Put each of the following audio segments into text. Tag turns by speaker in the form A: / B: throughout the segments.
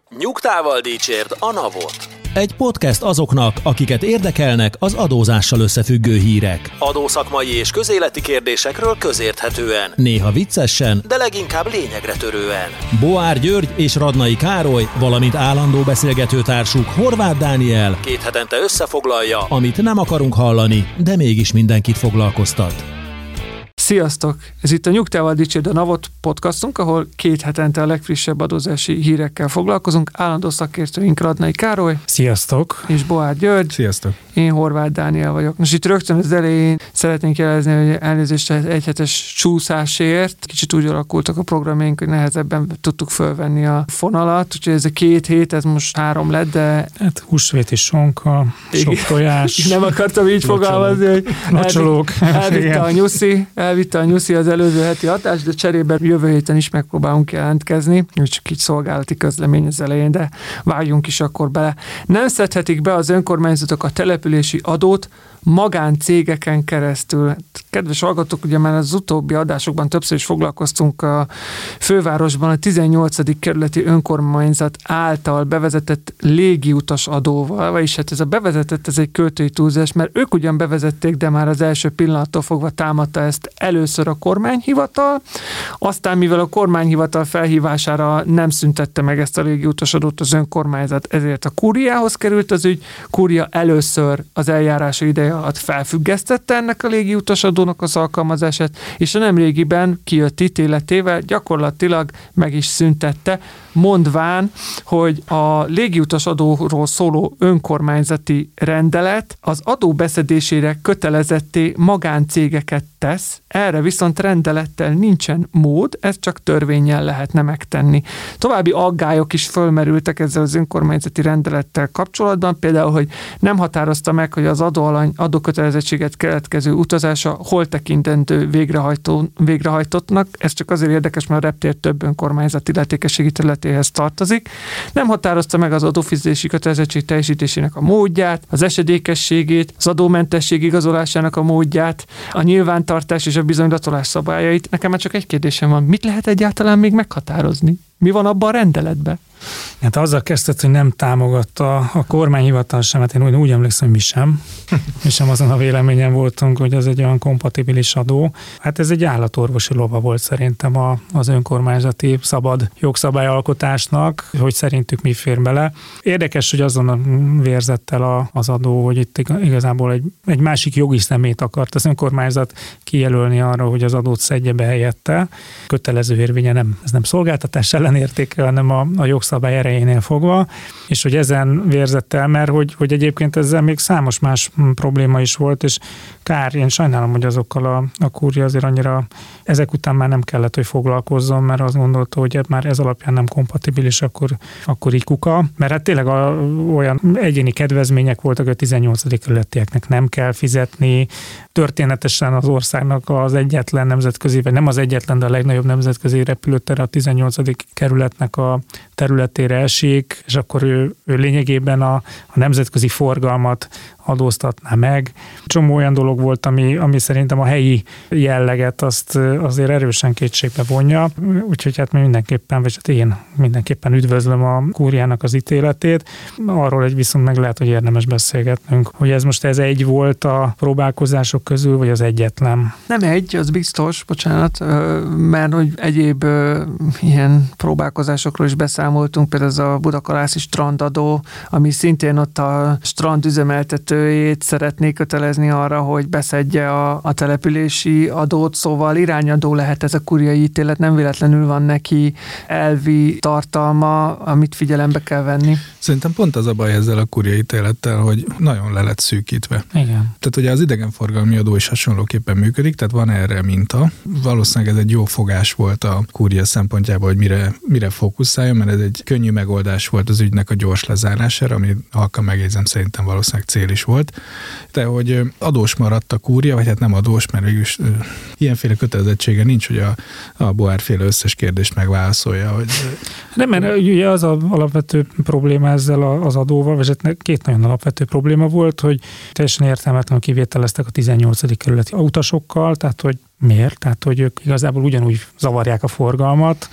A: Nyugtával dicsérd a NAV-ot.
B: Egy podcast azoknak, akiket érdekelnek az adózással összefüggő hírek.
A: Adószakmai és közéleti kérdésekről közérthetően.
B: Néha viccesen,
A: de leginkább lényegre törően.
B: Boár György és Radnai Károly, valamint állandó beszélgetőtársuk Horváth Dániel
A: 2 hetente összefoglalja,
B: amit nem akarunk hallani, de mégis mindenkit foglalkoztat.
C: Sziasztok! Ez itt a Nyugtával dicsérd a NAV-ot podcastunk, ahol 2 hetente a legfrissebb adózási hírekkel foglalkozunk. Állandó szakértőink Radnai Károly.
D: Sziasztok!
C: És Boár György.
D: Sziasztok!
C: Én Horváth Dániel vagyok. Most itt rögtön az elején szeretnénk jelezni, hogy elnézést egy hetes csúszásért. Kicsit úgy alakultak a programjaink, hogy nehezebben tudtuk fölvenni a fonalat, úgyhogy ez a 2 hét, ez most 3 lett, de...
D: Hát húsvéti sonka, sok tojás.
C: Nem akartam így fogalmazni, hogy
D: locsolók.
C: Elvitte a nyuszi az előző heti hatást, de cserébe jövő héten is megpróbálunk jelentkezni, csak így szolgálati közlemény az elején, de vágjunk is akkor bele. Nem szedhetik be az önkormányzatok a települési adót magáncégeken keresztül. Kedves hallgatók, ugye már az utóbbi adásokban többször is foglalkoztunk a fővárosban a 18. kerületi önkormányzat által bevezetett légiutas adóval, vagyis hát ez a bevezetett, ez egy költői túlzás, mert ők ugyan bevezették, de már az első pillanattól fogva támadta ezt először a kormányhivatal, aztán mivel a kormányhivatal felhívására nem szüntette meg ezt a légiutas adót az önkormányzat, ezért a kúriához került az ügy, kúria először az eljárása ideje alatt felfüggesztette ennek a légiutas adónak az alkalmazását, és a nemrégiben kijött ítéletével gyakorlatilag meg is szüntette, mondván, hogy a légiutas adóról szóló önkormányzati rendelet az adó beszedésére kötelezetté magáncégeket tesz, erre viszont rendelettel nincsen mód, ezt csak törvénnyel lehetne megtenni. További aggályok is fölmerültek ezzel az önkormányzati rendelettel kapcsolatban, például, hogy nem határozta meg, hogy az adókötelezettséget keletkező utazása hol tekintendő végrehajtottnak, ez csak azért érdekes, mert a reptér több önkormányzat illetékességi területéhez tartozik. Nem határozta meg az adófizetési kötelezettség teljesítésének a módját, az esedékességét, az adómentesség igazolásának a módját, a nyilvántartás és a bizonylatolás szabályait. Nekem már csak egy kérdésem van, mit lehet egyáltalán még meghatározni? Mi van abban a rendeletben?
D: Hát azzal kezdett, hogy nem támogatta a kormányhivatal sem, hát én úgy emlékszem, hogy mi sem azon a véleményen voltunk, hogy ez egy olyan kompatibilis adó. Hát ez egy állatorvosi lova volt szerintem az önkormányzati szabad jogszabályalkotásnak, hogy szerintük mi fér bele. Érdekes, hogy azon vérzett el az adó, hogy itt igazából egy másik jogi szemét akart az önkormányzat kijelölni arra, hogy az adót szedje be helyette. Kötelező érvénye ez nem szolgáltatás ellenértéke, hanem a jogszabály erejénél fogva, és hogy ezen vérzett el, mert hogy egyébként ezzel még számos más probléma is volt, és kár, én sajnálom, hogy azokkal a kúria azért annyira ezek után már nem kellett, hogy foglalkozzon, mert azt gondolta, hogy már ez alapján nem kompatibilis, akkor így kuka. Mert hát tényleg olyan egyéni kedvezmények voltak, hogy a 18. kerületieknek nem kell fizetni, történetesen az országnak az egyetlen nemzetközi, vagy nem az egyetlen, de a legnagyobb nemzetközi repülőtere a 18. kerületnek a területére esik, és akkor ő lényegében a nemzetközi forgalmat adóztatná meg. Csomó olyan dolog volt, ami szerintem a helyi jelleget azt azért erősen kétségbe vonja, úgyhogy hát mi mindenképpen, vagy hát én mindenképpen üdvözlöm a kúriának az ítéletét. Arról egy viszont meg lehet, hogy érdemes beszélgetnünk, hogy ez egy volt a próbálkozások közül, vagy az egyetlen.
C: Nem egy, az biztos, bocsánat, mert hogy egyéb ilyen próbálkozásokról is beszámoltunk, például ez a budakalászi strandadó, ami szintén ott a strand üzemeltetőjét szeretnék kötelezni arra, hogy beszedje a települési adót, szóval irányadó lehet ez a kúriai ítélet, nem véletlenül van neki elvi tartalma, amit figyelembe kell venni.
E: Szerintem pont az a baj ezzel a kúriai ítélettel, hogy nagyon le lett szűkítve.
D: Igen.
E: Tehát ugye az idegenforgalmi adó is hasonlóképpen működik, tehát van erre minta. Valószínűleg ez egy jó fogás volt a kúria szempontjából, hogy mire fókuszáljon, mert ez egy könnyű megoldás volt az ügynek a gyors lezárására, ami halkan megjegyzem szerintem valószínűleg cél is volt. De hogy adós maradt a kúria, vagy hát nem adós, mert végülis ilyenféle kötelezettsége nincs, hogy a Boár-féle összes kérdést megválaszolja. Hogy...
D: Nem, mert ugye az alapvető probléma ezzel az adóval, vagy 2 nagyon alapvető probléma volt, hogy teljesen értelmetlenül kivételeztek a 18. kerületi utasokkal, tehát hogy miért? Tehát, hogy ők igazából ugyanúgy zavarják a forgalmat,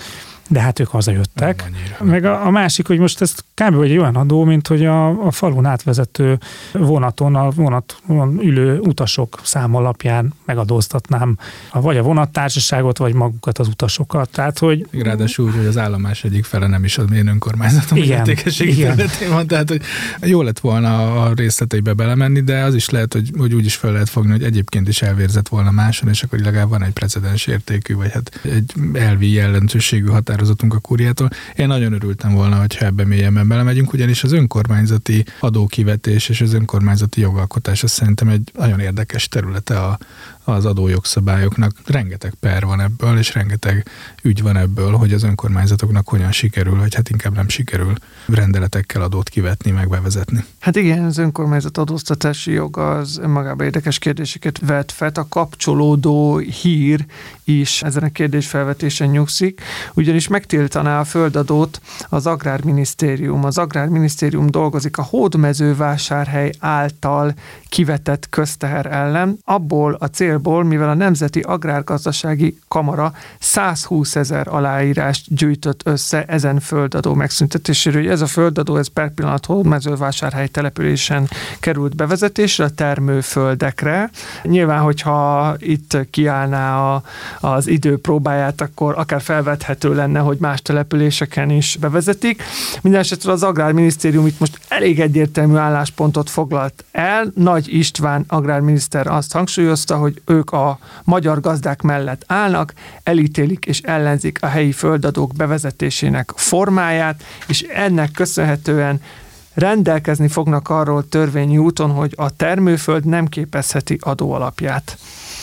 D: de hát ők hazajöttek. Meg a másik, hogy most ez kb. Egy olyan adó, mint hogy a falun átvezető vonaton a vonaton ülő utasok szám alapján megadóztatnám vagy a vonattársaságot, vagy magukat az utasokat. Tehát, hogy...
E: Ráadásul, hogy az állomás egyik fele nem is az én önkormányzatom értékességi területén van, tehát hogy jó lett volna a részleteibe belemenni, de az is lehet, hogy úgy is fel lehet fogni, hogy egyébként is elvérzett volna máson, és akkor legalább van egy precedens értékű, vagy hát egy elvi jelentőségű határozatunk a kúriától. Én nagyon örültem volna, hogyha ebbe mélyebben belemegyünk, ugyanis az önkormányzati adókivetés és az önkormányzati jogalkotás az szerintem egy nagyon érdekes területe az adójogszabályoknak. Rengeteg per van ebből, és rengeteg ügy van ebből, hogy az önkormányzatoknak hogyan sikerül, vagy hát inkább nem sikerül rendeletekkel adót kivetni, meg bevezetni.
C: Hát igen, az önkormányzat adóztatási jog az önmagában érdekes kérdéseket vet fel. A kapcsolódó hír is ezen a kérdésfelvetésen nyugszik, ugyanis megtiltaná a földadót az Agrárminisztérium. Az Agrárminisztérium dolgozik a Hódmezővásárhely által kivetett közteher ellen, abból a célból, mivel a Nemzeti Agrárgazdasági Kamara 120 000 aláírást gyűjtött össze ezen földadó megszüntetéséről. Ez a földadó, ez per pillanat Hódmezővásárhely településen került bevezetésre a termőföldekre. Nyilván, hogyha itt kiállná az idő próbáját, akkor akár felvethető lenne, hogy más településeken is bevezetik. Mindenesetre az Agrárminisztérium itt most elég egyértelmű álláspontot foglalt el. Nagy István agrárminiszter azt hangsúlyozta, hogy ők a magyar gazdák mellett állnak, elítélik és ellenzik a helyi földadók bevezetésének formáját, és ennek köszönhetően rendelkezni fognak arról törvényi úton, hogy a termőföld nem képezheti adóalapját.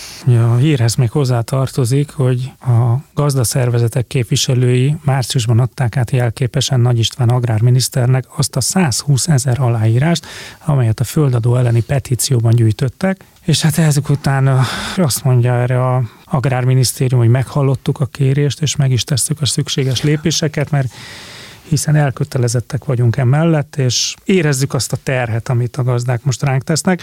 D: A hírhez még hozzá tartozik, hogy a gazdaszervezetek képviselői márciusban adták át jelképesen Nagy István agrárminiszternek azt a 120 000 aláírást, amelyet a földadó elleni petícióban gyűjtöttek, és hát ezek után azt mondja erre a agrárminisztérium, hogy meghallottuk a kérést, és meg is tesszük a szükséges lépéseket, mert hiszen elkötelezettek vagyunk emellett, és érezzük azt a terhet, amit a gazdák most ránk tesznek.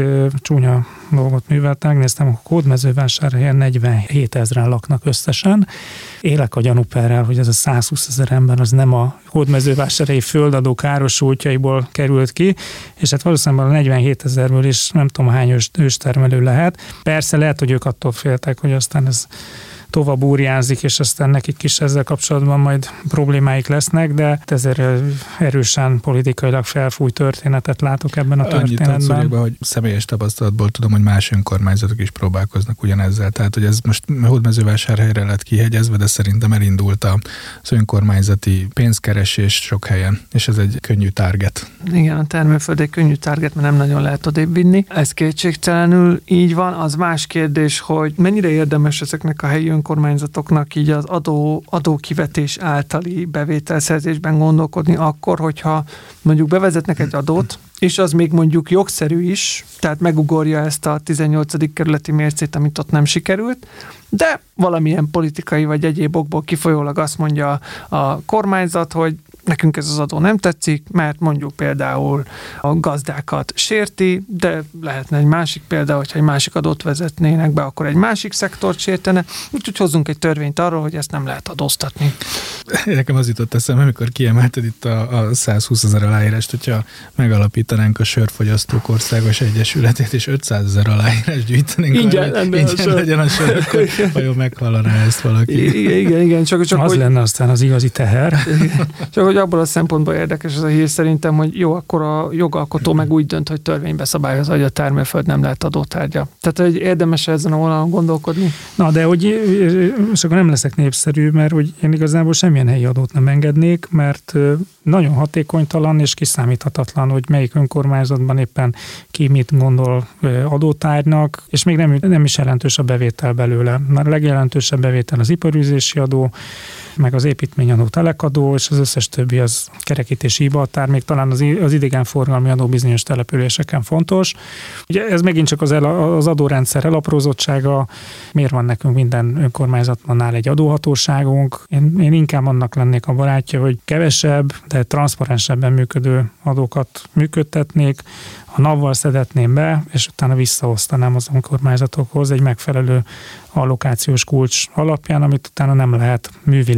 D: Csúnya dolgot műveltek, megnéztem, a Hódmezővásárhelyen 47 000 laknak összesen. Élek a gyanúperrel, hogy ez a 120 000 ember az nem a Hódmezővásárhelyi földadó károsultjaiból került ki, és hát valószínűleg a 47 000-ből is nem tudom hány őstermelő lehet. Persze lehet, hogy ők attól féltek, hogy aztán ez tovább burjánzik, és aztán nekik is ezzel kapcsolatban majd problémáik lesznek, de ezért erősen politikailag felfújt történetet látok ebben a történetben. Annyit
E: szorjékban, hogy személyes tapasztalatból tudom, hogy más önkormányzatok is próbálkoznak ugyanezzel. Tehát, hogy ez most Hódmezővásárhelyre lett kihegyezve, de szerintem elindult az önkormányzati pénzkeresés sok helyen, és ez egy könnyű target.
C: Igen, a termőföld egy könnyű target, mert nem nagyon lehet odébb vinni. Ez kétségtelenül így van. Az más kérdés, hogy mennyire érdemes ezeknek a helyi önkormányzatoknak így az adókivetés általi bevételszerzésben gondolkodni akkor, hogyha mondjuk bevezetnek egy adót, és az még mondjuk jogszerű is, tehát megugorja ezt a 18. kerületi mércét, amit ott nem sikerült, de valamilyen politikai vagy egyéb okból kifolyólag azt mondja a kormányzat, hogy nekünk ez az adó nem tetszik, mert mondjuk például a gazdákat sérti, de lehetne egy másik példa, hogyha egy másik adót vezetnének be, akkor egy másik szektort sértene, úgyhogy hozzunk egy törvényt arról, hogy ezt nem lehet adóztatni.
E: Nekem az jutott eszembe, amikor kiemelted itt a 120 000 aláírást, hogyha megalapítanánk a Sörfogyasztók Országos Egyesületét, és 500 000 aláírást gyűjtenénk,
C: ingyen
E: legyen a sör, akkor vajon meghallaná ezt valaki.
C: Igen, csak
D: az
C: hogy
D: lenne aztán az igazi teher.
C: Csak hogy abból a szempontból érdekes ez a hír szerintem, hogy jó, akkor a jogalkotó meg úgy dönt, hogy törvénybe szabályozza, hogy a termőföld nem lehet adótárgya. Tehát, hogy érdemes ezen a vonalon gondolkodni.
D: Na, de hogy és akkor nem leszek népszerű, mert hogy én igazából semmilyen helyi adót nem engednék, mert nagyon hatékonytalan és kiszámíthatatlan, hogy melyik önkormányzatban éppen ki mit gondol adótárgynak, és még nem is jelentős a bevétel belőle. Már a legjelentősebb bevétel az iparűzési adó, meg az építményadó, telekadó, és az összes többi az kerekítési hibahatár, még talán az idegenforgalmi adó bizonyos településeken fontos. Ugye ez megint csak az adórendszer elaprózottsága, miért van nekünk minden önkormányzatnál egy adóhatóságunk. Én inkább annak lennék a barátja, hogy kevesebb, de transzparensebben működő adókat működtetnék, a NAV-val szedetném be, és utána visszaosztanám az önkormányzatokhoz egy megfelelő allokációs kulcs alapján, amit utána nem lehet művileg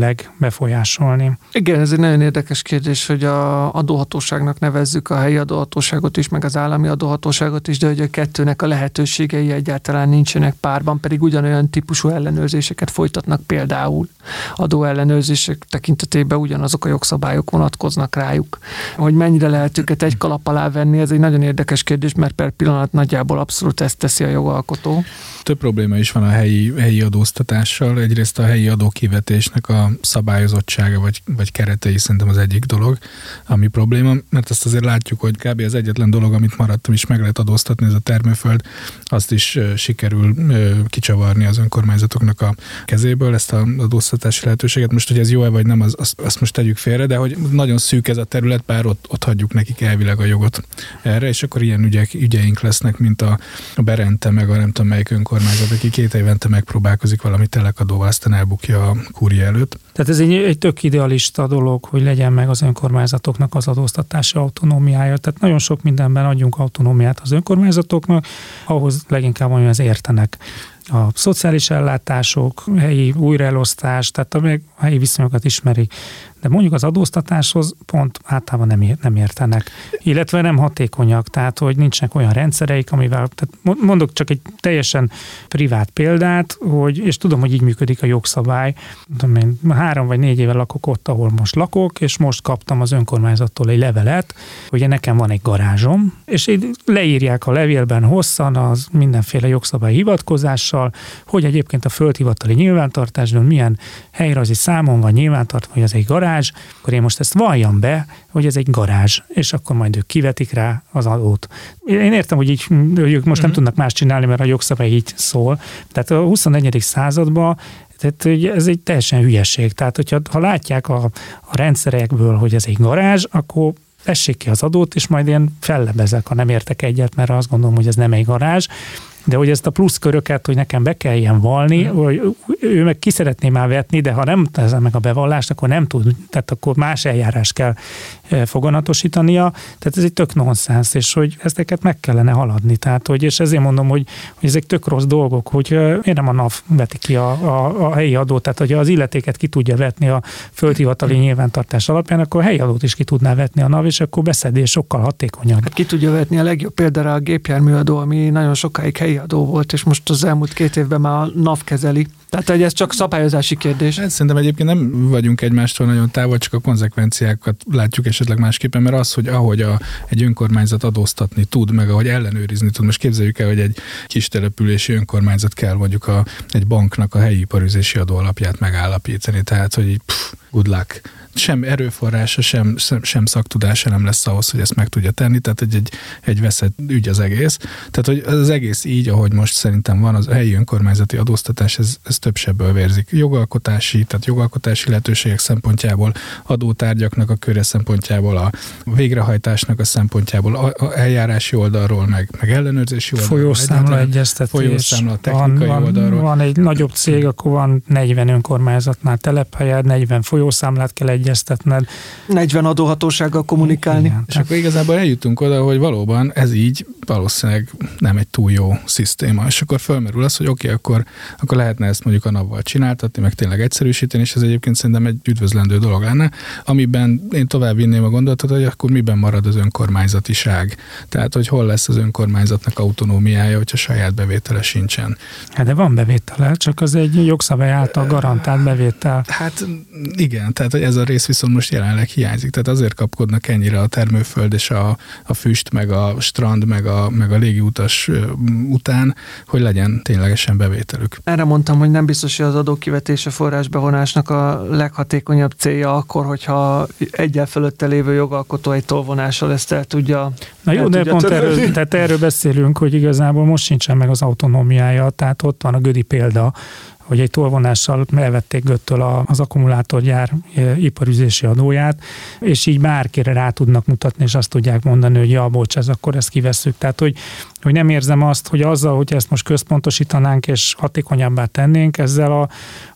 D: helyileg befolyásolni.
C: Igen, ez egy nagyon érdekes kérdés, hogy a adóhatóságnak nevezzük a helyi adóhatóságot is, meg az állami adóhatóságot is, de hogy a kettőnek a lehetőségei egyáltalán nincsenek párban, pedig ugyanolyan típusú ellenőrzéseket folytatnak, például adóellenőrzések tekintetében ugyanazok a jogszabályok vonatkoznak rájuk. Hogy mennyire lehet őket egy kalap alá venni, ez egy nagyon érdekes kérdés, mert per pillanat nagyjából abszolút ezt teszi a jogalkotó.
E: Több probléma is van a helyi adóztatással. Egyrészt a helyi adókivetésnek a szabályozottsága vagy keretei szerintem az egyik dolog, ami probléma, mert azt azért látjuk, hogy kb. Az egyetlen dolog, amit maradtam is meg lehet adóztatni, ez a termőföld, azt is sikerül kicsavarni az önkormányzatoknak a kezéből, ezt az adóztatási lehetőséget. Most, hogy ez jó-e vagy nem, azt most tegyük félre, de hogy nagyon szűk ez a terület, bár ott hagyjuk nekik elvileg a jogot erre, és akkor ilyen ügyeink lesznek, mint a Berente, meg a nem tudom melyik önkormányzat, aki 2 évente megpróbálkozik valami telekadóval, aztán elbukja a kúria előtt.
D: Tehát ez egy tök idealista dolog, hogy legyen meg az önkormányzatoknak az adóztatási autonómiája. Tehát nagyon sok mindenben adjunk autonómiát az önkormányzatoknak, ahhoz leginkább amihez értenek. A szociális ellátások, helyi újraelosztás, tehát a helyi viszonyokat ismerik. De mondjuk az adóztatáshoz pont általában nem értenek, illetve nem hatékonyak, tehát hogy nincsenek olyan rendszereik, amivel, tehát mondok csak egy teljesen privát példát, és tudom, hogy így működik a jogszabály. Tudom én, 3 vagy 4 éve lakok ott, ahol most lakok, és most kaptam az önkormányzattól egy levelet, hogy nekem van egy garázsom, és így leírják a levélben hosszan az mindenféle jogszabály hivatkozással, hogy egyébként a földhivatali nyilvántartásban milyen helyrajzi számon van nyilvántartva, hogy ez egy garázs, akkor én most ezt valljam be, hogy ez egy garázs, és akkor majd ők kivetik rá az adót. Én értem, hogy így ők most nem tudnak más csinálni, mert a jogszabály így szól. Tehát a 21. században tehát ez egy teljesen hülyeség. Tehát, ha látják a rendszerekből, hogy ez egy garázs, akkor vessék ki az adót, és majd én fellebezek, ha nem értek egyet, mert azt gondolom, hogy ez nem egy garázs. De hogy ezt a pluszköröket, hogy nekem be kelljen valni, hogy ő meg ki szeretné már vetni, de ha nem teszem meg a bevallást, akkor nem tud, tehát akkor más eljárás kell foganatosítania. Tehát ez egy tök nonsens, és hogy ezeket meg kellene haladni. Tehát, hogy, és ezért mondom, hogy ezek tök rossz dolgok, hogy miért nem a NAV veti ki a helyi adót, tehát hogy az illetéket ki tudja vetni a földhivatali nyilvántartás alapján, akkor a helyi adót is ki tudná vetni a NAV, és akkor beszedés sokkal hatékonyabb.
C: Hát ki tudja vetni a legjobb példára a gépjárműadó, ami nagyon sokáig helyi adó volt, és most az elmúlt 2 évben már a NAV kezeli. Tehát, hogy ez csak szabályozási kérdés.
E: Hát szerintem egyébként nem vagyunk egymástól nagyon távol, csak a konzekvenciákat látjuk esetleg másképpen, mert az, hogy ahogy egy önkormányzat adóztatni tud, meg ahogy ellenőrizni tud. Most képzeljük el, hogy egy kis települési önkormányzat kell mondjuk egy banknak a helyi iparűzési adó alapját megállapítani. Tehát, hogy good luck. Sem erőforrása, sem szaktudása nem lesz ahhoz, hogy ezt meg tudja tenni, tehát egy veszett ügy az egész. Tehát, hogy az egész így, ahogy most szerintem van, az a helyi önkormányzati adóztatás, ez több sebből vérzik. Jogalkotási lehetőségek szempontjából, adótárgyaknak a köre szempontjából, a végrehajtásnak a szempontjából, a eljárási oldalról, meg ellenőrzési oldalról.
D: Folyószámla egyeztetés.
E: Folyószámla technikai oldalról.
D: Van egy nagyobb cég, akkor van 40 önkormányzatnál telephelyed, 40 folyószámlát kell egyeztetned.
C: 40 adóhatósággal kommunikálni.
D: Igen,
E: és akkor igazából eljutunk oda, hogy valóban ez így valószínűleg nem egy túl jó szisztéma. És akkor felmerül az, hogy oké, akkor lehetne ezt mondjuk a NAV-val csináltatni, meg tényleg egyszerűsíteni, és ez egyébként szerintem egy üdvözlendő dolog lenne, amiben én tovább vinném a gondolatot, hogy akkor miben marad az önkormányzatiság. Tehát, hogy hol lesz az önkormányzatnak autonómiája, hogyha saját bevétele sincsen.
D: Hát de van bevétele, csak az egy jogszabály által garantált bevétel.
E: Hát igen, tehát ez a rész viszont most jelenleg hiányzik. Tehát azért kapkodnak ennyire a termőföld és a füst, meg a strand, meg a légiutas után, hogy legyen ténylegesen bevételük.
C: Erre mondtam, hogy nem biztos, hogy az adókivetése forrásbevonásnak a leghatékonyabb célja akkor, hogyha egyel fölötte lévő jogalkotó egy tolvonással ezt el tudja.
D: Na jó, de pont erről beszélünk, hogy igazából most sincsen meg az autonómiája, tehát ott van a Gödi példa, hogy egy tolvonással elvették Göttől az akkumulátorgyár iparüzési adóját, és így bárkire rá tudnak mutatni, és azt tudják mondani, hogy ja, bocs, akkor ezt kivesszük. Tehát, hogy nem érzem azt, hogy azzal, hogy ezt most központosítanánk és hatékonyabbá tennénk, ezzel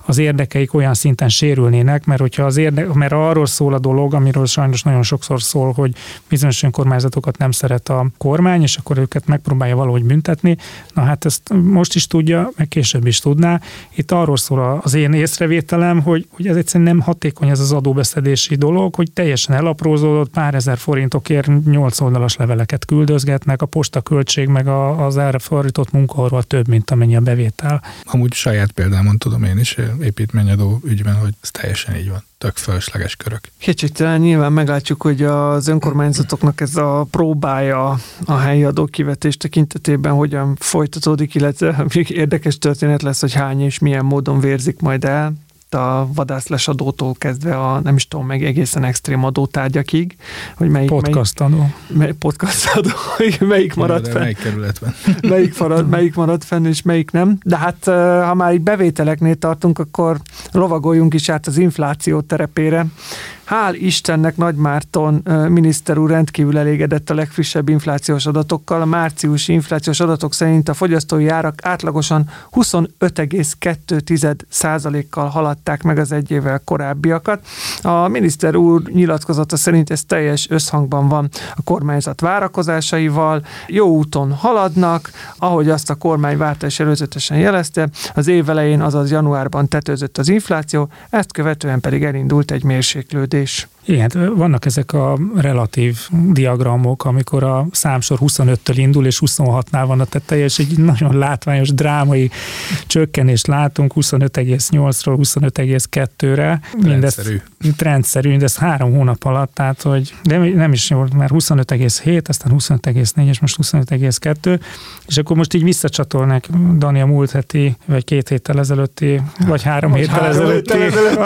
D: az érdekeik olyan szinten sérülnének, mert hogyha mert arról szól a dolog, amiről sajnos nagyon sokszor szól, hogy bizonyos önkormányzatokat nem szeret a kormány, és akkor őket megpróbálja valahogy büntetni. Na hát ezt most is tudja, meg később is tudná. Itt arról szól az én észrevételem, hogy ez egyszerűen nem hatékony ez az adóbeszedési dolog, hogy teljesen elaprózódott, pár ezer forintokért 8 oldalas leveleket küldözgetnek, a postaköltség meg az erre fordított munkaorval több, mint amennyi a bevétel.
E: Amúgy saját példámon tudom én is építményadó ügyben, hogy ez teljesen így van. Tök fölösleges körök.
C: Kicsit nyilván meglátjuk, hogy az önkormányzatoknak ez a próbája a helyi adókivetés tekintetében hogyan folytatódik, illetve érdekes történet lesz, hogy hány és milyen módon vérzik majd el a vadászlesadótól kezdve a nem is tudom, meg egészen extrém adótárgyakig, hogy
D: podcastadó,
C: melyik marad fenn.
E: Melyik kerületben.
C: melyik marad fenn, és melyik nem. De hát, ha már így bevételeknél tartunk, akkor lovagoljunk is át az infláció terepére. Hál' Istennek Nagy Márton miniszter úr rendkívül elégedett a legfrissebb inflációs adatokkal. A márciusi inflációs adatok szerint a fogyasztói árak átlagosan 25,2%-kal haladták meg az egy évvel korábbiakat. A miniszter úr nyilatkozata szerint ez teljes összhangban van a kormányzat várakozásaival, jó úton haladnak, ahogy azt a kormányváltás előzetesen jelezte, az év elején, azaz januárban tetőzött az infláció, ezt követően pedig elindult egy mérséklődés.
D: Igen, vannak ezek a relatív diagramok, amikor a számsor 25-től indul, és 26-nál van a teteje, és egy nagyon látványos drámai csökkenést látunk 25,8-ról 25,2-re. Trendszerű, mindezt 3 hónap alatt, tehát hogy de nem is jó, mert 25,7, aztán 25,4, és most 25,2, és akkor most így visszacsatolnak Dani a múlt heti, vagy 2 héttel ezelőtti, vagy 3 héttel ezelőtti.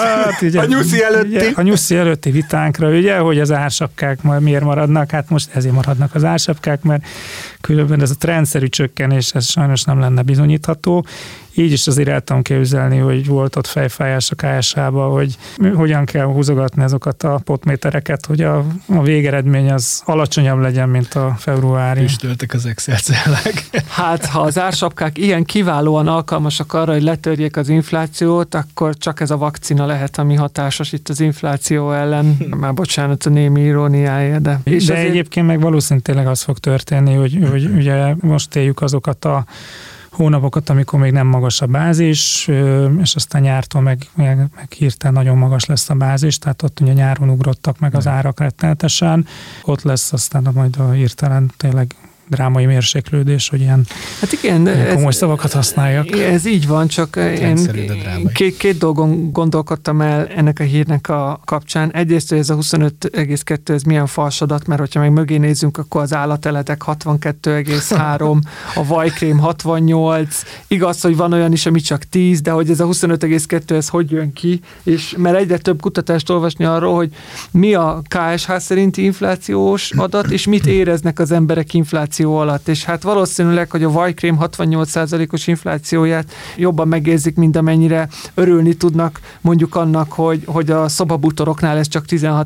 D: A nyuszi előtti vitánkra, ugye, hogy az ársapkák miért maradnak, hát most ezért maradnak az ársapkák, mert különben ez a trendszerű csökkenés, ez sajnos nem lenne bizonyítható. Így is azért el tudom képzelni, hogy volt ott fejfájás a KSH-ba, hogy hogyan kell húzogatni azokat a potmétereket, hogy a végeredmény az alacsonyabb legyen, mint a februári.
E: Füstöltek az Excel-cellák.
C: Hát, ha az ársapkák ilyen kiválóan alkalmasak arra, hogy letörjék az inflációt, akkor csak ez a vakcina lehet, ami hatásos itt az infláció ellen. Már bocsánat a némi iróniája, de...
D: De egyébként meg valószínűleg az fog történni, hogy ugye most éljük azokat a hónapokat, amikor még nem magas a bázis, és aztán nyártól meg hirtelen nagyon magas lesz a bázis, tehát ott ugye nyáron ugrottak meg az árak rettenetesen, ott lesz aztán majd a hirtelen tényleg drámai mérséklődés, hogy ilyen komoly szavakat használjak.
C: Ez így van, csak én két dolgon gondolkodtam el ennek a hírnek a kapcsán. Egyrészt, hogy ez a 25,2 ez milyen fals adat, mert hogyha meg mögé nézzünk, akkor az állateletek 62,3, a vajkrém 68, igaz, hogy van olyan is, ami csak 10, de hogy ez a 25,2 ez hogy jön ki, és mert egyre több kutatást olvasni arról, hogy mi a KSH szerinti inflációs adat, és mit éreznek az emberek infláció alatt, és hát valószínűleg, hogy a vajkrém 68%-os inflációját jobban megérzik, mint amennyire örülni tudnak mondjuk annak, hogy a szobabútoroknál ez csak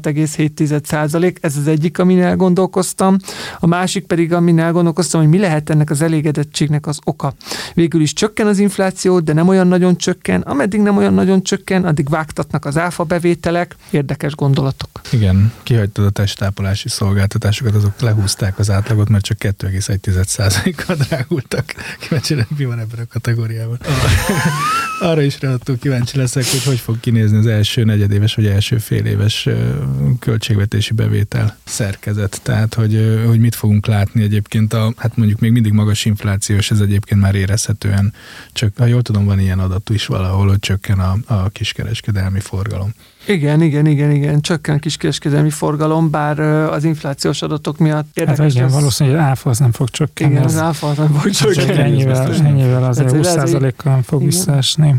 C: 16,7%, ez az egyik, amin elgondolkoztam. A másik pedig, amin elgondolkoztam, hogy mi lehet ennek az elégedettségnek az oka. Végül is csökken az infláció, de nem olyan nagyon csökken. Ameddig nem olyan nagyon csökken, addig vágtatnak az áfa bevételek. Érdekes gondolatok.
E: Igen, kihagytad a testápolási szolgáltatásokat, azok lehúzták az átlagot, mert csak 2,1%-kal drágultak. Kíváncsi, mi van ebben a kategóriában. Arra is relatív kíváncsi leszek, hogy fog kinézni az első negyedéves vagy első féléves költségvetési bevétel szerkezet. Tehát, hogy mit fogunk látni egyébként hát mondjuk még mindig magas inflációs, ez egyébként már érezhetően, csak ha jól tudom, van ilyen adat is valahol, hogy csökken a kiskereskedelmi forgalom.
C: Igen, csökken a kiskereskedelmi forgalom, bár az inflációs adatok miatt érdekes.
D: Hát igen, valószínűleg az áfa az nem fog csökkenni.
C: Igen, az áfa az nem fog csökkenni.
D: Ennyivel azért 20%-kal nem fog visszaesni.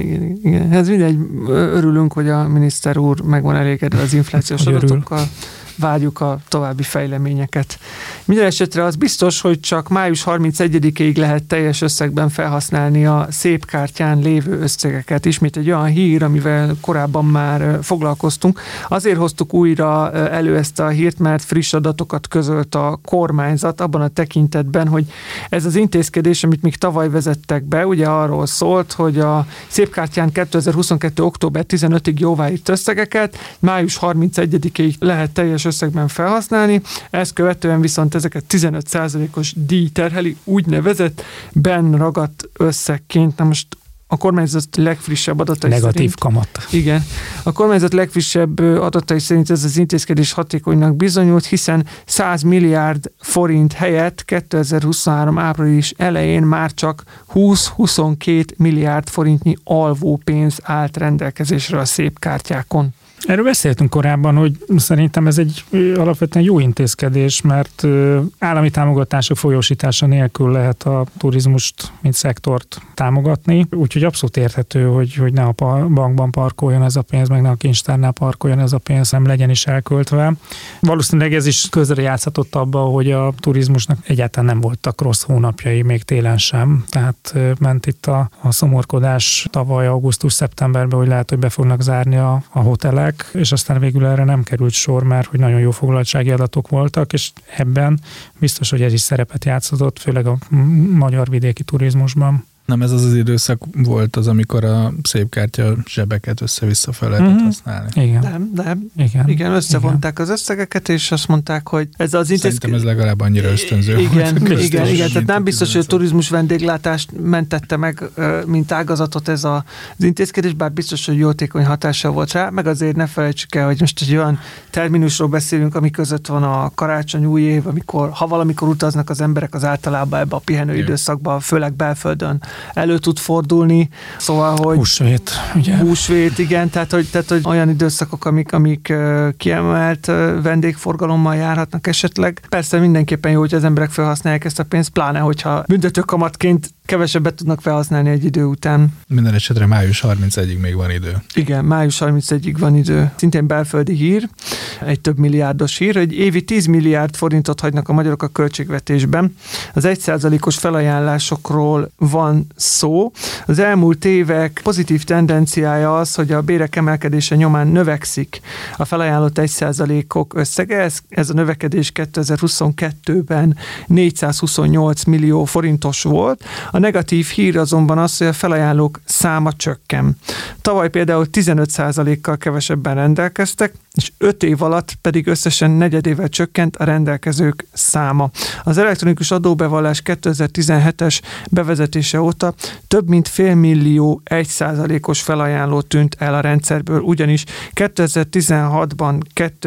C: Igen. Ez mindegy, örülünk, hogy a miniszter úr meg van elégedve az inflációs adatokkal. várjuk a további fejleményeket. Minden esetre az biztos, hogy csak május 31-ig lehet teljes összegben felhasználni a szép kártyán lévő összegeket. Ismét egy olyan hír, amivel korábban már foglalkoztunk. Azért hoztuk újra elő ezt a hírt, mert friss adatokat közölt a kormányzat abban a tekintetben, hogy ez az intézkedés, amit még tavaly vezettek be, ugye arról szólt, hogy a szép kártyán 2022. október 15-ig jóváírt összegeket május 31-ig lehet teljes összegben felhasználni, ezt követően viszont ezeket 15%-os díj terheli, úgynevezett benn ragadt összegként. Na most a kormányzat legfrissebb adatai
D: negatív
C: szerint...
D: kamat.
C: Igen. A kormányzat legfrissebb adatai szerint ez az intézkedés hatékonynak bizonyult, hiszen 100 milliárd forint helyett 2023. április elején már csak 20-22 milliárd forintnyi alvópénz állt rendelkezésre a szép kártyákon.
D: Erről beszéltünk korábban, hogy szerintem ez egy alapvetően jó intézkedés, mert állami támogatások folyósítása nélkül lehet a turizmust, mint szektort támogatni, úgyhogy abszolút érthető, hogy ne a bankban parkoljon ez a pénz, meg ne a kincstárnál parkoljon ez a pénz, hanem legyen is elköltve. Valószínűleg ez is közre játszhatott abba, hogy a turizmusnak egyáltalán nem voltak rossz hónapjai, még télen sem, tehát ment itt a szomorkodás tavaly augusztus-szeptemberben, hogy lehet, hogy be fognak zárni a hotelek, és aztán végül erre nem került sor, mert hogy nagyon jó foglaltsági adatok voltak, és ebben biztos, hogy ez is szerepet játszott, főleg a magyar vidéki turizmusban.
E: Nem ez az időszak volt az, amikor a szép kártya zsebeket össze-vissza fel lehetett használni?
D: Igen.
C: Igen, összevonták az összegeket, és azt mondták, hogy ez az intézkedés...
E: Szerintem ez legalább annyira ösztönző.
C: Igen, tehát nem biztos, hogy a turizmus vendéglátást mentette meg, mint ágazatot ez az intézkedés, bár biztos, hogy jótékony hatással volt rá, meg azért ne felejtsük el, hogy most egy olyan terminusról beszélünk, ami között van a karácsony, új év, ha valamikor utaznak az emberek, az általában ebbe a pihenő időszakban, főleg belföldön elő tud fordulni, szóval, hogy...
D: Húsvét, ugye?
C: Húsvét, igen, tehát hogy olyan időszakok, amik kiemelt vendégforgalommal járhatnak esetleg. Persze mindenképpen jó, hogy az emberek felhasználják ezt a pénzt, pláne, hogyha büntetőkamatként kevesebbet tudnak felhasználni egy idő után.
E: Minden esetre május 31-ig még van idő.
C: Igen, május 31-ig van idő. Szintén belföldi hír, egy több milliárdos hír, hogy évi 10 milliárd forintot hagynak a magyarok a költségvetésben. Az 1%-os felajánlásokról van szó. Az elmúlt évek pozitív tendenciája az, hogy a bérek emelkedése nyomán növekszik a felajánlott 1%-ok összege. Ez a növekedés 2022-ben 428 millió forintos volt. A negatív hír azonban az, hogy a felajánlók száma csökken. Tavaly például 15%-kal kevesebben rendelkeztek, és 5 év alatt pedig összesen negyedével csökkent a rendelkezők száma. Az elektronikus adóbevallás 2017-es bevezetése óta több mint 500 000 1%-os felajánló tűnt el a rendszerből, ugyanis 2016-ban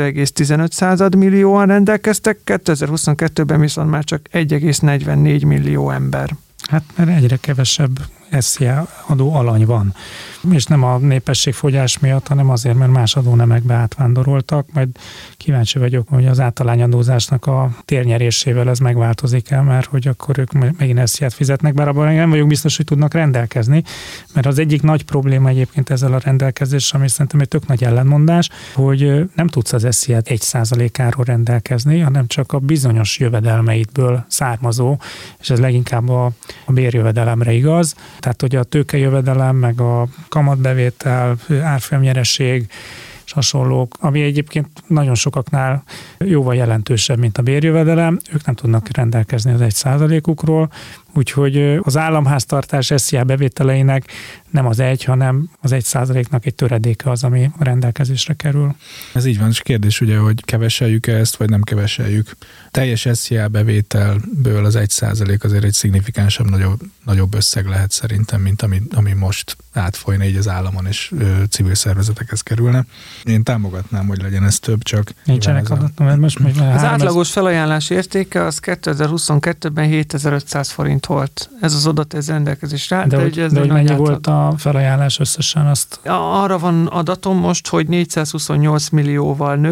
C: 2,15 millióan rendelkeztek, 2022-ben viszont már csak 1,44 millió ember.
D: Hát mert egyre kevesebb SZIA adó alany van. És nem a népességfogyás miatt, hanem azért, mert más adónemekbe átvándoroltak. Majd kíváncsi vagyok, hogy az általányadózásnak a térnyerésével ez megváltozik el, mert hogy akkor ők megint SZIA-t fizetnek, bár abban nem vagyok biztos, hogy tudnak rendelkezni, mert az egyik nagy probléma egyébként ezzel a rendelkezéssel, ami szerintem egy tök nagy ellentmondás, hogy nem tudsz az SZIA 1%-áról rendelkezni, hanem csak a bizonyos jövedelmeidből származó, és ez leginkább a bérjövedelemre igaz. Tehát, hogy a tőkejövedelem, meg a kamatbevétel, árfolyamnyereség és hasonlók, ami egyébként nagyon sokaknál jóval jelentősebb, mint a bérjövedelem, ők nem tudnak rendelkezni az 1%-ukról, úgyhogy az államháztartás SZIA bevételeinek nem az 1, hanem az 1%-nak egy töredéke az, ami a rendelkezésre kerül.
E: Ez így van, és kérdés ugye, hogy keveseljük-e ezt, vagy nem keveseljük. Teljes SZIA bevételből az 1% azért egy szignifikánsabb nagyobb összeg lehet szerintem, mint ami most átfolyna így az államon, és civil szervezetekhez kerülne. Én támogatnám, hogy legyen ez több, csak...
C: Nincsenek adatok, mert most az átlagos felajánlás értéke az 2022-ben 7500 forint volt. Ez az adat, ez rendelkezésre.
D: De hogy mennyi volt a felajánlás összesen azt?
C: Arra van adatom most, hogy 428 millióval nőtt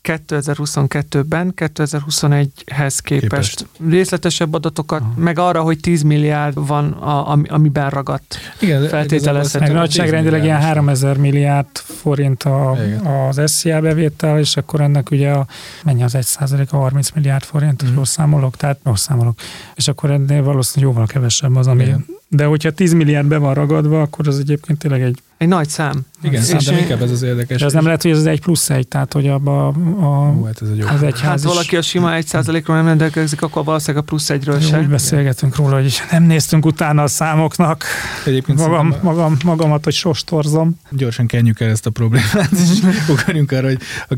C: 2022-ben 2021-hez képest részletesebb adatokat, meg arra, hogy 10 milliárd van, amiben ragadt.
E: Igen,
C: feltételezhető.
D: Meg nagyságrendileg ilyen 3000 milliárd forint az SZIA bevétel, és akkor ennek ugye mennyi az 1%, a 30 milliárd forint, jól számolok, és akkor ennél valószínűleg jóval kevesebb az, ami... Igen. De hogyha 10 milliárd be van ragadva, akkor az egyébként tényleg egy
C: nagy szám.
E: Igen, szerintem inkább ez az érdekes.
D: De ez nem lehet, hogy ez az 1+1, tehát hogy abban az egyház
C: Hát valaki a sima 1%-ról nem rendelkezik, akkor valószínűleg a +1-ről sem.
D: Úgy beszélgetünk róla, hogy nem néztünk utána a számoknak. Egyébként magamat, hogy sostorzom.
E: Gyorsan kenjük el ezt a problémát, és ugorjunk arra, hogy a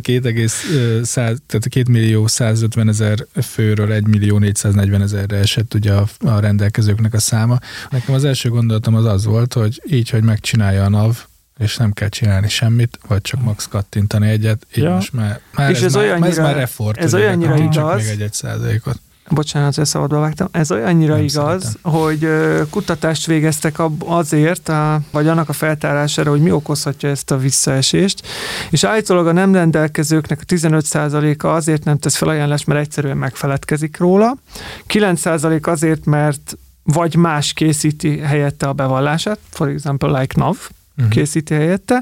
E: 2.150.000 főről 1.440.000-re esett ugye a rendelkezőknek a száma. Nekem az első gondolatom az volt, hogy így, hogy megcsinálja a NAV, és nem kell csinálni semmit, vagy csak max kattintani egyet, így most már és ez már effort.
C: Ez olyannyira igaz.
E: Még 1%-ot.
C: Bocsánat, hogy szabadba vágtam. Ez olyannyira igaz, hogy kutatást végeztek azért, vagy annak a feltárására, hogy mi okozhatja ezt a visszaesést, és állítólag a nem rendelkezőknek a 15%-a azért nem tesz felajánlást, mert egyszerűen megfeledkezik róla, 9% azért, mert vagy más készíti helyette a bevallását, for example, like NAV, készíti helyette,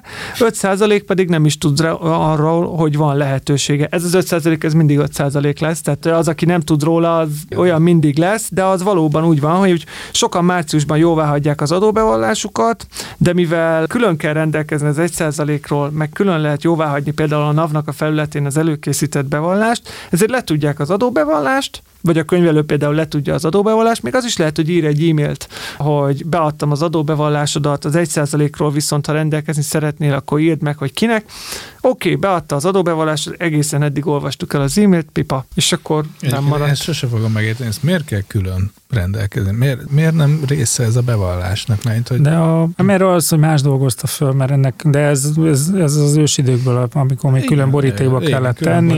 C: 5% pedig nem is tud arról, hogy van lehetősége. Ez az 5% ez mindig 5% lesz, tehát az, aki nem tud róla, az olyan mindig lesz, de az valóban úgy van, hogy sokan márciusban jóváhagyják az adóbevallásukat, de mivel külön kell rendelkezni az 1%-ról, meg külön lehet jóváhagyni például a NAV-nak a felületén az előkészített bevallást, ezért letudják az adóbevallást, vagy a könyvelő például letudja az adóbevallást, még az is lehet, hogy ír egy e-mailt, hogy beadtam az adóbevallásodat, az 1%-ról viszont ha rendelkezni szeretnél, akkor írd meg, hogy kinek. Oké, beadta az adóbevallást, egészen eddig olvastuk el az e-mailt, pipa, és akkor nem maradt.
E: Ezt sose fogom megérteni, ezt miért kell külön rendelkezni? Miért nem része ez a bevallásnak?
D: Mert az, hogy más dolgozta föl, mert de ez az ősidőkből, amikor még külön borítékba kellett tenni,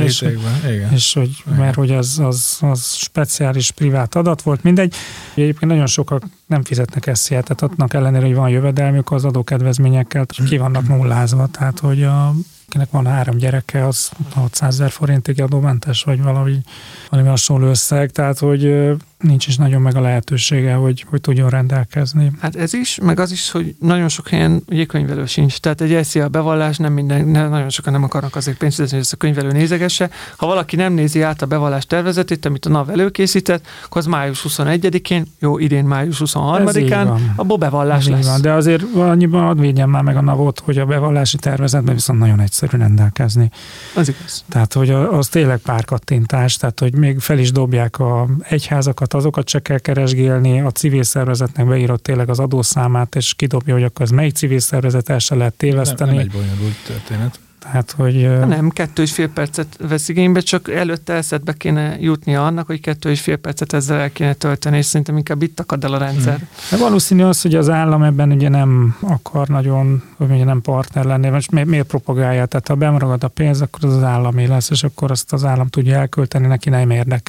D: és hogy, mert hogy az speciális privát adat volt, mindegy. Egyébként nagyon sokak nem fizetnek SZIA-t, tehát adnak ellenére, hogy van jövedelmük, az adókedvezményekkel ki vannak nullázva, tehát hogy akinek van 3 gyereke, az 600 000 forintig adómentes, vagy valami hasonló összeg, tehát hogy nincs is nagyon meg a lehetősége, hogy tudjon rendelkezni.
C: Hát ez is, meg az is, hogy nagyon sok helyen ugye könyvelő sincs. Tehát egy SZIA bevallás nagyon sokan nem akarnak azért pénzt fizetni, hogy ezt a könyvelő nézegesse. Ha valaki nem nézi át a bevallás tervezetét, amit a NAV előkészített, akkor az május 21-én, jó, idén május 23-án, abból bevallás lesz.
D: Van, de azért annyiban hadd védjem már meg a NAV-ot, hogy a bevallási tervezetben viszont nagyon egyszerű rendelkezni.
C: Az igaz.
D: Tehát, hogy az tényleg pár kattintás, tehát, hogy még fel is dobják a egyházakat, azokat se kell keresgélni, a civil szervezetnek beírott tényleg az adószámát, és kidobja, hogy akkor ez melyik civil szervezet, el se lehet téveszteni.
E: Nem egy bonyolult történet.
D: Tehát, hogy...
C: Nem, 2,5 percet vesz igénybe, csak előtte eszedbe kéne jutnia annak, hogy 2,5 percet ezzel el kéne tölteni, és szerintem inkább itt akad el a rendszer.
D: De valószínű az, hogy az állam ebben ugye nem akar nagyon, ugye nem partner lenni, most miért propagálja? Tehát ha bemragad a pénz, akkor az állami lesz, és akkor azt az állam tudja elkölteni, neki nem érdeke,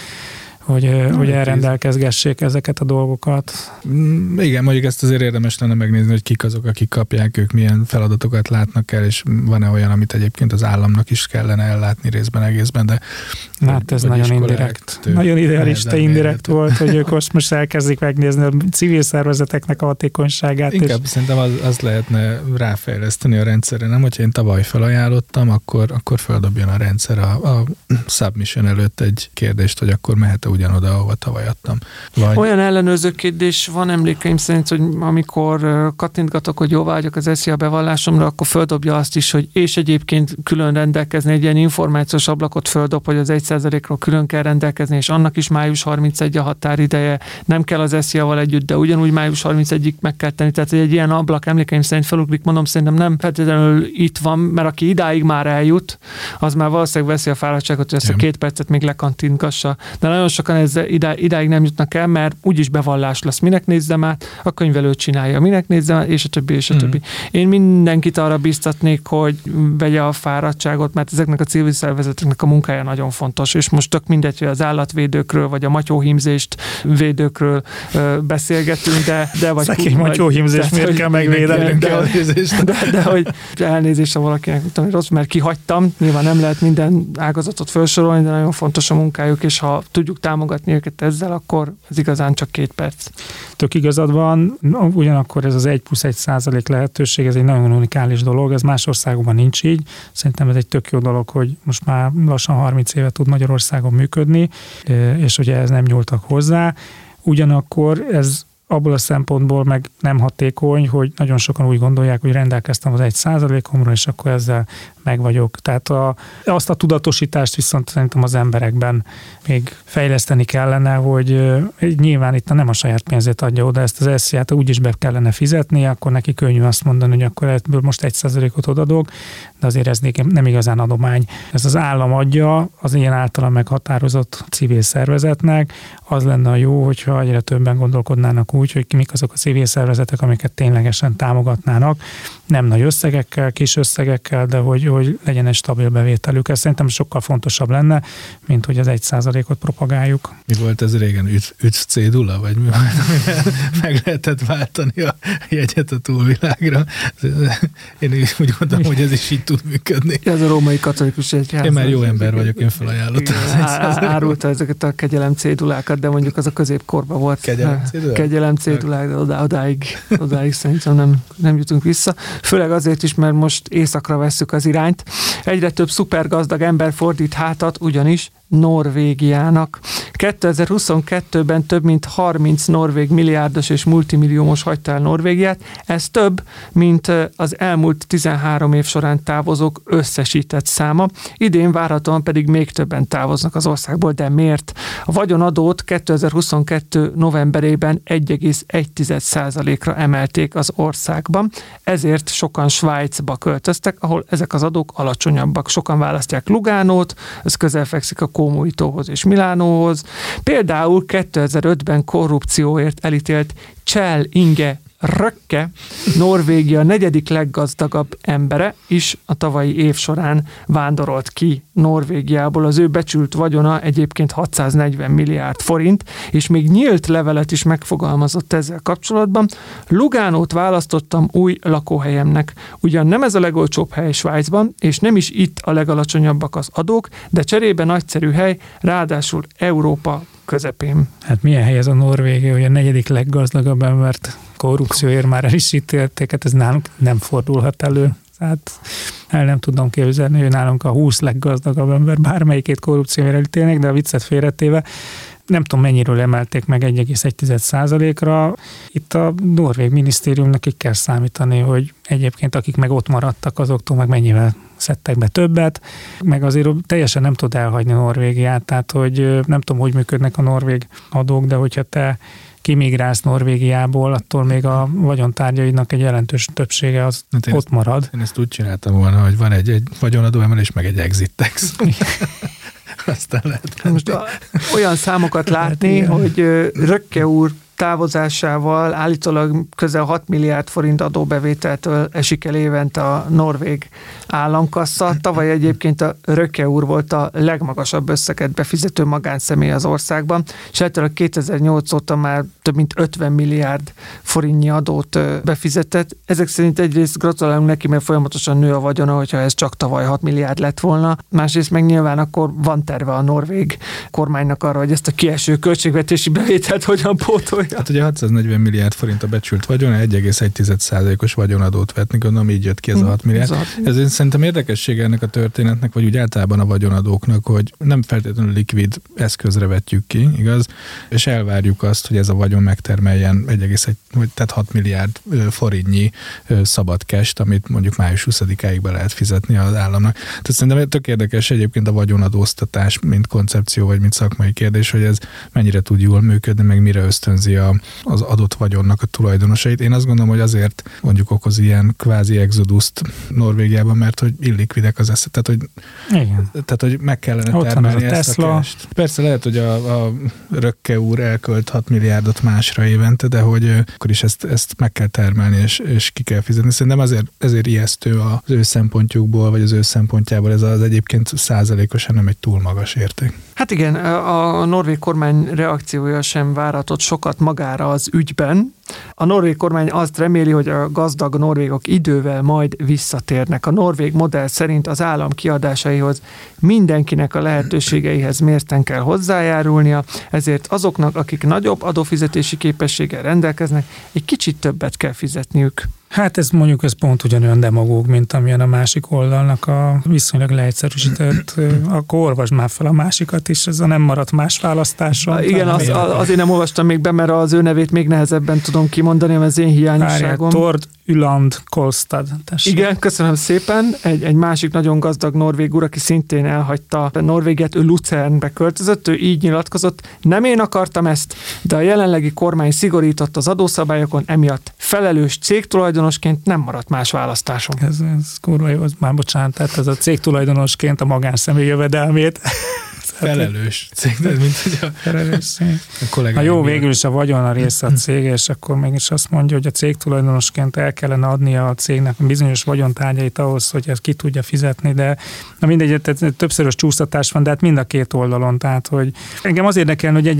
D: hogy elrendelkezgessék ezeket a dolgokat.
E: Igen, mondjuk ezt azért érdemes lenne megnézni, hogy kik azok, akik kapják, ők milyen feladatokat látnak el, és van-e olyan, amit egyébként az államnak is kellene ellátni részben, egészben, de...
D: Hát ez nagyon indirekt. Nagyon idealista indirekt volt, hogy ők most elkezdik megnézni a civil szervezeteknek a hatékonyságát.
E: Inkább szerintem az lehetne ráfejleszteni a rendszerre, nem? Hogyha én tavaly felajánlottam, akkor feldobjon a rendszer a submission előtt egy kérdést, hogy akkor mehet ugyanoda, ahova tavaly adtam.
C: Olyan ellenőrző kérdés van emlékeim szerint, hogy amikor kattintgatok, hogy jóváhagyok az SZIA bevallásomra, akkor földobja azt is, hogy és egyébként külön rendelkezni, egy ilyen információs ablakot földob, hogy az 1%-ról külön kell rendelkezni, és annak is május 31 a határideje, nem kell az SZIA-val együtt, de ugyanúgy május 31-ig meg kell tenni. Tehát egy ilyen ablak emlékeim szerint felugrik, mondom, szerintem nem feltétlenül itt van, mert aki idáig már eljut, az már valószínűleg veszi a fáradtságot, hogy ezt a 2 percet még lekantingassa. De nagyon sokan idáig nem jutnak el, mert úgyis bevallás lesz, minek nézzem át, a könyvelő csinálja, minek nézzem át, és a többi, és a többi. Én mindenkit arra biztatnék, hogy vegye a fáradtságot, mert ezeknek a civil szervezeteknek a munkája nagyon fontos, és most tök mindegy, hogy az állatvédőkről, vagy a matyóhímzést védőkről beszélgetünk, de vagy...
D: Szekély matyóhímzés, miért kell megvédeni?
C: De hogy elnézést, ha valakinek tudom, rossz, mert kihagytam, nyilván nem lehet minden ágazatot felsorolni, de nagyon fontos a munkájuk, és ha tudjuk támogatni őket ezzel, akkor ez igazán csak 2 perc.
D: Tök igazad van, ugyanakkor ez az 1+1% lehetőség, ez egy nagyon unikális dolog, ez más országokban nincs így. Szerintem ez egy tök jó dolog, hogy most már lassan 30 éve tud Magyarországon működni, és ugye ez nem nyúltak hozzá. Ugyanakkor ez abból a szempontból meg nem hatékony, hogy nagyon sokan úgy gondolják, hogy rendelkeztem az 1%-omra, és akkor ezzel meg vagyok. Tehát azt a tudatosítást viszont szerintem az emberekben még fejleszteni kellene, hogy nyilván itt nem a saját pénzét adja oda, ezt az SZIA-t úgyis be kellene fizetni, akkor neki könnyű azt mondani, hogy akkor ebből most 1%-ot odadok, de azért ez nem igazán adomány. Ez az állam adja az ilyen általa meghatározott civil szervezetnek, az lenne a jó, hogyha egyre többen gondolkodnának úgy, hogy mik azok a civil szervezetek, amiket ténylegesen támogatnának, nem nagy összegekkel, kis összegekkel, de hogy legyen egy stabil bevételük. Ez szerintem sokkal fontosabb lenne, mint hogy az 1%-ot propagáljuk.
E: Mi volt ez régen? Üdv cédula? Vagy mi volt? Meg lehetett váltani a jegyet a túlvilágra. Én úgy gondolom, hogy ez is így tud működni.
C: Ez a római katolikus egyház.
E: Én már jó ember vagyok, én felajánlottam.
C: Árulta ezeket a kegyelem cédulákat, de mondjuk az a középkorban volt. Kegyelem cédulák, de odáig szerintem nem jutunk vissza. Főleg azért is, mert most északra vesszük az irányt. Egyre több szupergazdag ember fordít hátat, ugyanis Norvégiának. 2022-ben több mint 30 norvég milliárdos és multimilliómos hagyta el Norvégiát. Ez több, mint az elmúlt 13 év során távozók összesített száma. Idén várhatóan pedig még többen távoznak az országból, de miért? A vagyonadót 2022 novemberében 1,1%-ra emelték az országban, ezért sokan Svájcba költöztek, ahol ezek az adók alacsonyabbak. Sokan választják Lugánót, ez közel fekszik a Kómújtóhoz és Milánóhoz. Például 2005-ben korrupcióért elítélt Kjell Inge Rökke, Norvégia 4. leggazdagabb embere is a tavalyi év során vándorolt ki Norvégiából. Az ő becsült vagyona egyébként 640 milliárd forint, és még nyílt levelet is megfogalmazott ezzel kapcsolatban. Lugánót választottam új lakóhelyemnek. Ugyan nem ez a legolcsóbb hely Svájcban, és nem is itt a legalacsonyabbak az adók, de cserébe nagyszerű hely, ráadásul Európa közepén.
D: Hát milyen hely ez a Norvégia, hogy a 4. leggazdagabb embert korrupcióért már el is ítélték, hát ez nálunk nem fordulhat elő. Hát el nem tudom képzelni, hogy nálunk a 20 leggazdagabb ember bármelyikét korrupcióért elítélnék, de a viccet félretéve nem tudom mennyiről emelték meg 1,1%-ra. Itt a norvég minisztériumnak ki kell számítani, hogy egyébként akik meg ott maradtak, azoktól meg mennyivel szedtek be többet, meg azért teljesen nem tud elhagyni Norvégiát, tehát hogy nem tudom, hogy működnek a norvég adók, de hogyha te kimigrálsz Norvégiából, attól még a vagyontárgyaidnak egy jelentős többsége az ott marad.
E: Én ezt úgy csináltam volna, hogy van egy vagyonadó emelés, meg egy exit tax. Aztán lehet.
C: Most olyan számokat látni, hogy Rökke úr távozásával állítólag közel 6 milliárd forint adóbevételtől esik el évente a norvég államkassa. Tavaly egyébként a Rökke úr volt a legmagasabb összeget befizető magánszemély az országban, és általában 2008 óta már több mint 50 milliárd forintnyi adót befizetett. Ezek szerint egyrészt gratulálunk neki, mert folyamatosan nő a vagyona, hogyha ez csak tavaly 6 milliárd lett volna. Másrészt meg nyilván akkor van terve a norvég kormánynak arra, hogy ezt a kieső költségvetési bevételt hogyan pótolja.
E: Hát ugye 640 milliárd forint a becsült vagyona, 1,1%-os vagyonadót vetni, gondolom így jött ki ez a 6 milliárd. Ez szerintem érdekessége ennek a történetnek, vagy úgy általában a vagyonadóknak, hogy nem feltétlenül likvid eszközre vetjük ki, igaz? És elvárjuk azt, hogy ez a vagyon megtermeljen tehát 6 milliárd forintnyi szabad cash-t, amit mondjuk május 20-áig be lehet fizetni az államnak. Tehát szerintem tök érdekes egyébként a vagyonadóztatás, mint koncepció, vagy mint szakmai kérdés, hogy ez mennyire tud jól működni, meg mire ösztönzi ellenőrzi az adott vagyonnak a tulajdonosait. Én azt gondolom, hogy azért mondjuk okoz ilyen kvázi exoduszt Norvégiában, mert hogy illikvidek az eszet. Tehát, hogy meg kellene
D: ott
E: termelni
D: a
E: ezt
D: Tesla.
E: a cash-t. Persze lehet, hogy a Rökke úr elkölt 6 milliárdot másra évente, de hogy akkor is ezt meg kell termelni, és ki kell fizetni. Szerintem ezért ijesztő az ő szempontjukból, vagy az ő szempontjából ez az egyébként százalékosan nem egy túl magas érték.
C: Hát igen, a norvég kormány reakciója sem várhatott sokat magára az ügyben. A norvég kormány azt reméli, hogy a gazdag norvégok idővel majd visszatérnek. A norvég modell szerint az állam kiadásaihoz mindenkinek a lehetőségeihez mérten kell hozzájárulnia, ezért azoknak, akik nagyobb adófizetési képességgel rendelkeznek, egy kicsit többet kell fizetniük.
D: Hát ez pont ugyanolyan demagóg, mint amilyen a másik oldalnak a viszonylag leegyszerűsített, akkor olvasd már fel a másikat is, ez a nem maradt más választáson.
C: Igen, azért nem olvastam még be, mert az ő nevét még nehezebben tudom kimondani, mert az én hiányosságom.
D: Tord Yland Kolstad.
C: Igen, köszönöm szépen. Egy másik nagyon gazdag norvég úr, aki szintén elhagyta Norvégiát, ő Lucernbe költözött, ő így nyilatkozott, nem én akartam ezt, de a jelenlegi kormány szigorított az adószabályokon, emiatt felelős cégtulajdonosként nem maradt más választásom.
D: Ez kurva jó, már bocsánat, tehát ez a cégtulajdonosként a magánszemély jövedelmét.
E: Felelős cég, mint hogy a
D: felelős cég.
E: A
D: jó, végül is a vagyon a része a cég, és akkor mégis azt mondja, hogy a cégtulajdonosként el kellene adnia a cégnek bizonyos vagyontárgyait ahhoz, hogy ezt ki tudja fizetni, de na mindegy, többszörös csúsztatás van, de hát mind a két oldalon, tehát hogy engem az érdekel, hogy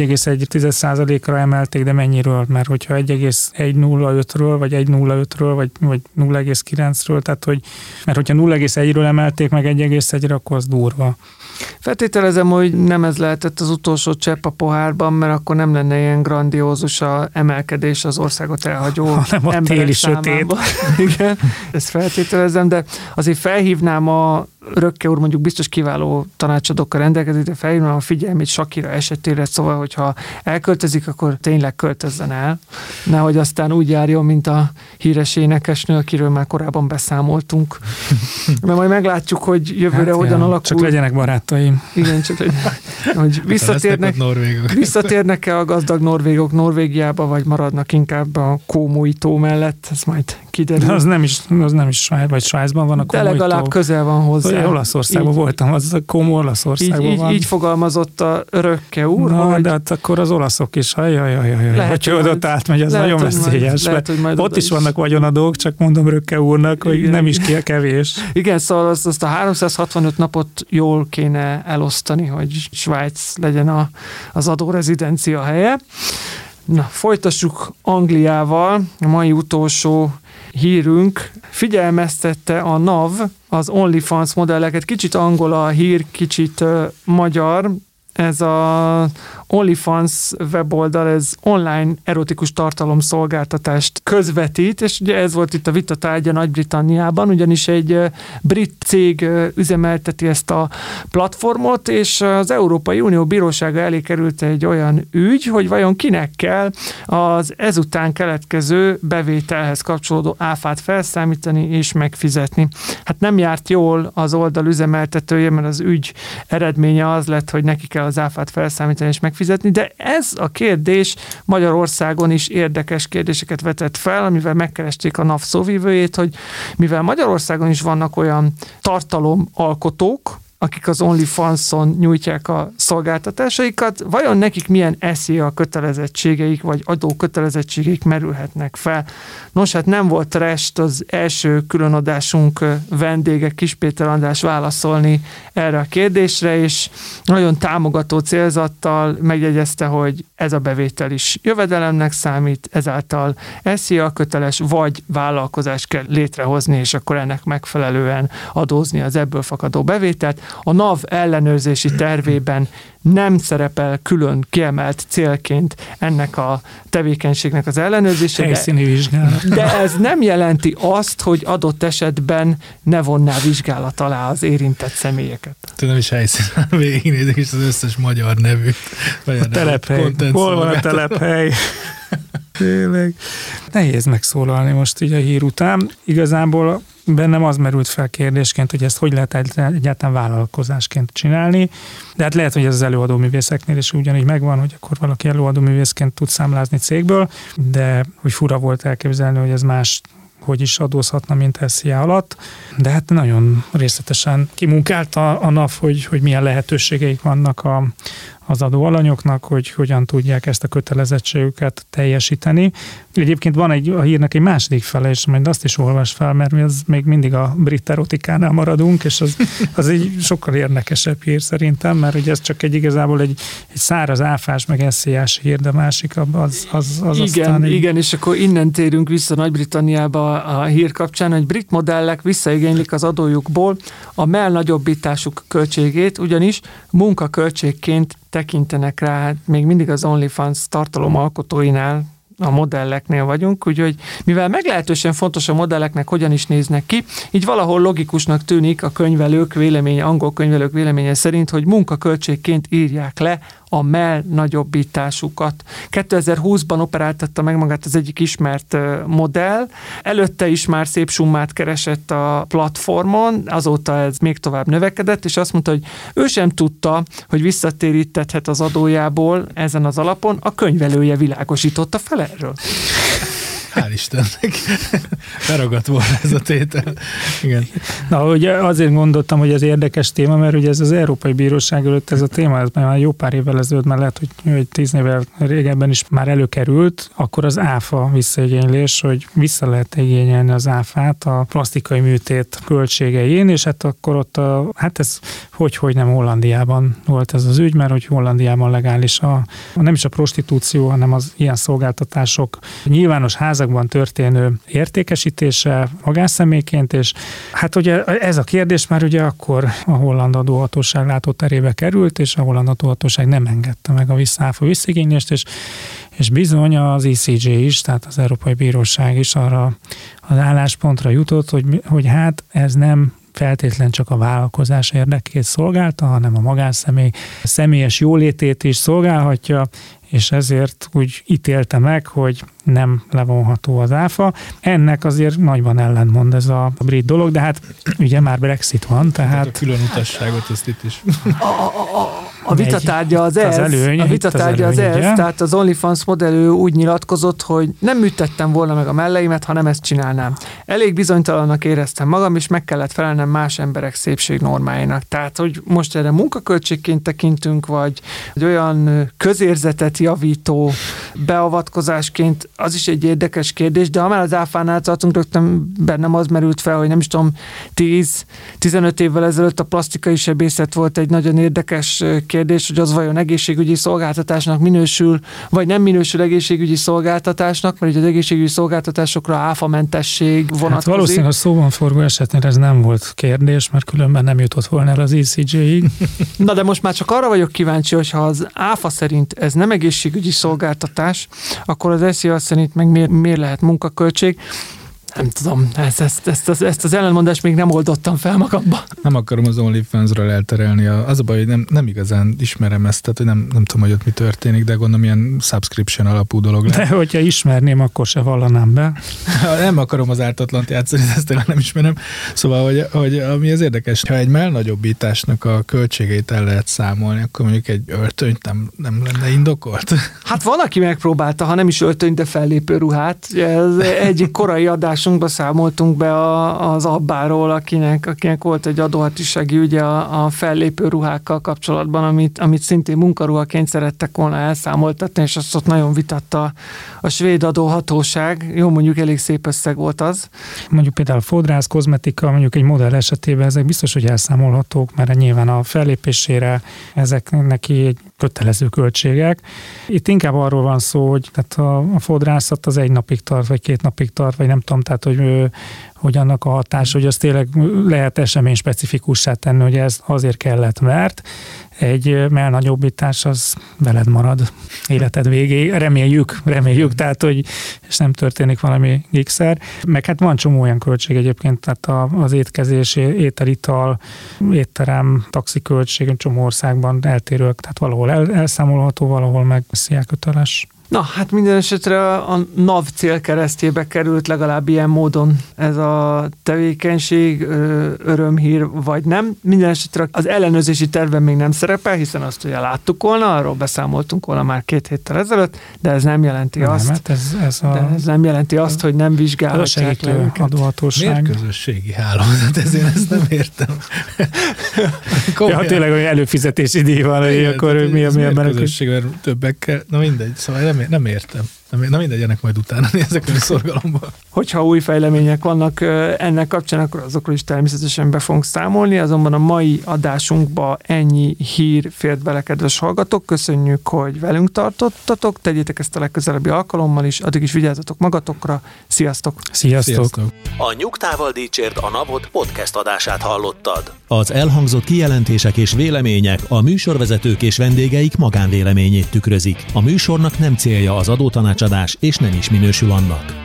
D: 1,1%-ra emelték, de mennyiről, mert hogyha 1,105-ről, vagy 1,05-ről, vagy 0,9-ről, tehát hogy, mert hogyha 0,1-ről emelték meg 1,1-re, akkor az durva.
C: Feltételezem, hogy nem ez lehetett az utolsó csepp a pohárban, mert akkor nem lenne ilyen grandiózus a emelkedés az országot elhagyó emberek számában. Igen, ezt feltételezem, de azért felhívnám a Rökke úr mondjuk biztos kiváló tanácsadókkal rendelkezik, de felhívnám a figyelmét Shakira esetére, szóval, hogyha elköltözik, akkor tényleg költözzen el. Nehogy aztán úgy járjon, mint a híres énekesnő, akiről már korábban beszámoltunk. Mert majd meglátjuk, hogy jövőre hogyan alakul.
D: Csak legyenek barátaim.
C: Igen, csak legyenek. Hogy visszatérnek-e a gazdag norvégok Norvégiába, vagy maradnak inkább a Kómói tó mellett, ez majd kiderül.
D: De az nem is vagy Svájcban van a Kómói tó.
C: De legalább közel van hozzá.
D: Olaszországban voltam, az a Kómó Olaszországban van.
C: Így fogalmazott a Rökke úr.
D: Na, de hát akkor az olaszok is, hogy ott átmegy, az nagyon veszélyes. Ott is vannak vagyonadók, csak mondom Rökke úrnak, hogy nem is kevés.
C: Igen, szóval azt a 365 napot jól kéne elosztani, hogy Svájc legyen az adórezidencia helye. Na, folytassuk Angliával. A mai utolsó hírünk figyelmeztette a NAV az OnlyFans modelleket. Kicsit angol a hír, kicsit magyar. Ez a OnlyFans weboldal, ez online erotikus tartalomszolgáltatást közvetít, és ugye ez volt itt a vita tárgya Nagy-Britanniában, ugyanis egy brit cég üzemelteti ezt a platformot, és az Európai Unió bírósága elé került egy olyan ügy, hogy vajon kinek kell az ezután keletkező bevételhez kapcsolódó áfát felszámítani és megfizetni. Hát nem járt jól az oldal üzemeltetője, mert az ügy eredménye az lett, hogy neki kell az áfát felszámítani és megfizetni, de ez a kérdés Magyarországon is érdekes kérdéseket vetett fel, amivel megkeresték a NAV szóvivőjét, hogy mivel Magyarországon is vannak olyan tartalomalkotók, akik az OnlyFans-on nyújtják a szolgáltatásaikat, vajon nekik milyen SZIA kötelezettségeik, vagy adó kötelezettségeik merülhetnek fel. Nos, hát nem volt rest az első különadásunk vendége, Kis Péter András válaszolni erre a kérdésre, és nagyon támogató célzattal megjegyezte, hogy ez a bevétel is jövedelemnek számít, ezáltal SZIA köteles, vagy vállalkozást kell létrehozni, és akkor ennek megfelelően adózni az ebből fakadó bevételt. A NAV ellenőrzési tervében nem szerepel külön kiemelt célként ennek a tevékenységnek az ellenőrzése.
D: Helyszíni vizsgálat.
C: De ez nem jelenti azt, hogy adott esetben ne vonná vizsgálat alá az érintett személyeket.
E: Nem is helyszínen végignézik is az összes magyar nevűt.
D: A telephely. Hol van a telephely? Tényleg. Nehéz megszólalni most így a hír után. Igazából bennem az merült fel kérdésként, hogy ezt hogy lehet egyáltalán vállalkozásként csinálni, de hát lehet, hogy ez az előadóművészeknél is ugyanígy megvan, hogy akkor valaki előadóművészként tud számlázni cégből, de hogy fura volt elképzelni, hogy ez más hogy is adózhatna, mint SZIA alatt, de hát nagyon részletesen kimunkálta a NAV, hogy milyen lehetőségeik vannak az adóalanyoknak, hogy hogyan tudják ezt a kötelezettségüket teljesíteni. Egyébként van a hírnek egy második fele, és majd azt is olvas fel, mert mi az még mindig a brit erotikánál maradunk, és az egy sokkal érdekesebb hír szerintem, mert ugye ez csak igazából egy száraz áfás, meg SZIA-s hír, de másik az aztán...
C: Igen, és akkor innen térünk vissza Nagy-Britanniába a hír kapcsán, hogy brit modellek visszaigénylik az adójukból a nagyobbításuk költségét, ugyanis munkaköltségként tekintenek rá, még mindig az OnlyFans tartalomalkotóinál, a modelleknél vagyunk, úgyhogy mivel meglehetősen fontos a modelleknek, hogyan is néznek ki, így valahol logikusnak tűnik a könyvelők véleménye, angol könyvelők véleménye szerint, hogy munkaköltségként írják le a nagyobbításukat. 2020-ban operáltatta meg magát az egyik ismert modell, előtte is már szép summát keresett a platformon, azóta ez még tovább növekedett, és azt mondta, hogy ő sem tudta, hogy visszatérítethet az adójából ezen az alapon, a könyvelője világosította fel erről.
E: Hál' Istennek. Beragadt volna ez a tétel. Igen.
D: Na, ugye azért gondoltam, hogy ez érdekes téma, mert ugye ez az Európai Bíróság előtt ez a téma, ez már jó pár évvel ezelőtt, már lehet, hogy 10 évvel régebben is már előkerült, akkor az áfa visszaigénylés, hogy vissza lehet igényelni az áfát a plastikai műtét költségein, és hát akkor ott hát ez hogy nem Hollandiában volt ez az ügy, mert hogy Hollandiában legális nem is a prostitúció, hanem az ilyen szolgáltatások nyilvános házakban történő értékesítése magánszemélyként, és hát ugye ez a kérdés már ugye akkor a holland adóhatóság látóterébe került, és a holland adóhatóság nem engedte meg a áfa visszaigénylést, és bizony az ECJ is, tehát az Európai Bíróság is arra az álláspontra jutott, hogy hát ez nem feltétlen csak a vállalkozás érdekét szolgálta, hanem a magánszemély személyes jólétét is szolgálhatja, és ezért úgy ítélte meg, hogy nem levonható az áfa. Ennek azért nagyban ellentmond ez a brit dolog, de hát ugye már Brexit van, tehát...
E: A külön utasságot ezt itt is.
C: A vitatárgya az ez, tehát az OnlyFans modellő úgy nyilatkozott, hogy nem műtettem volna meg a melleimet, ha nem ezt csinálnám. Elég bizonytalannak éreztem magam, és meg kellett felelnem más emberek szépségnormáinak. Tehát, hogy most erre munkaköltségként tekintünk, vagy egy olyan közérzetet javító beavatkozásként, az is egy érdekes kérdés, de ha már az áfánál tartunk, rögtön bennem az merült fel, hogy nem is tudom, 10-15 évvel ezelőtt a plastikai sebészet volt egy nagyon érdekes kérdés, hogy az vajon egészségügyi szolgáltatásnak minősül, vagy nem minősül egészségügyi szolgáltatásnak, mert ugye az egészségügyi szolgáltatásokra áfamentesség vonatkozik. Hát
D: valószínűleg a szóban forgó esetnél ez nem volt kérdés, mert különben nem jutott volna el az ECJ-ig.
C: Na de most már csak arra vagyok kíváncsi, hogy ha az áfa szerint ez nem egészségügyi szolgáltatás, akkor az SZIA szerint meg miért lehet munkaköltség? Nem tudom, ezt az ellenmondást még nem oldottam fel magamba.
E: Nem akarom az OnlyFans-ról elterelni. Az a baj, hogy nem igazán ismerem ezt, tehát hogy nem tudom, hogy ott mi történik, de gondolom ilyen subscription alapú dolog lesz.
D: De hogyha ismerném, akkor se vallanám be.
E: Nem akarom az ártatlant játszani, ezt tényleg nem ismerem. Szóval, hogy ami az érdekes, ha egy nagyobbításnak a költségeit el lehet számolni, akkor mondjuk egy öltönyt nem lenne indokolt?
C: Hát van, aki megpróbálta, ha nem is öltöny, de fellépő ruhát. Ez egyik korai adás számoltunk be az Abbáról, akinek volt egy adóhatósági ügye a fellépő ruhákkal kapcsolatban, amit szintén munkaruhaként szerettek volna elszámoltatni, és azt ott nagyon vitatta a svéd adóhatóság. Jó, mondjuk elég szép összeg volt az.
D: Mondjuk például fodrász, kozmetika, mondjuk egy modell esetében ezek biztos, hogy elszámolhatók, mert nyilván a fellépésére ezek neki egy kötelező költségek. Itt inkább arról van szó, hogy tehát a fodrászat az 1 napig tart, vagy 2 napig tart, vagy nem tudom, tehát hogy annak a hatás, hogy az tényleg lehet esemény specifikussá tenni, hogy ez azért kellett, mert egy nagyobbítás az veled marad életed végéig. Reméljük, tehát, hogy és nem történik valami gigszer. Meg hát van csomó olyan költség egyébként, tehát az étkezés, ételital, étterem, taxiköltség, csomó országban eltérők, tehát valahol elszámolható, valahol meg SZIA köteles.
C: Na, hát minden esetre a NAV célkeresztjébe került legalább ilyen módon ez a tevékenység, örömhír vagy nem. Minden esetre az ellenőrzési tervben még nem szerepel, hiszen azt ugye láttuk volna, arról beszámoltunk volna már 2 héttel ezelőtt, de ez nem jelenti azt, ez nem jelenti azt, hogy nem vizsgálhatják le őket.
E: Miért közösségi hálózat? Ezért ezt nem értem.
D: Ja, tényleg olyan előfizetési díj van, hogy akkor milyen
E: közösségben többekkel, na mindegy, szóval nem értem. Na mindegy, ennek majd utána nézek a szorgalomban.
C: Hogyha új fejlemények vannak ennek kapcsán, akkor azokról is természetesen be fogunk számolni, azonban a mai adásunkba ennyi hír fért bele, kedves hallgatók. Köszönjük, hogy velünk tartottatok, tegyétek ezt a legközelebbi alkalommal is, addig is vigyázzatok magatokra. Sziasztok!
D: Sziasztok!
A: A Nyugtával Dicsért a Napot podcast adását hallottad.
B: Az elhangzott kijelentések és vélemények a műsorvezetők és vendégeik magánvéleményét tükrözik. A műsornak nem célja az adótanácsadás, és nem is minősül annak.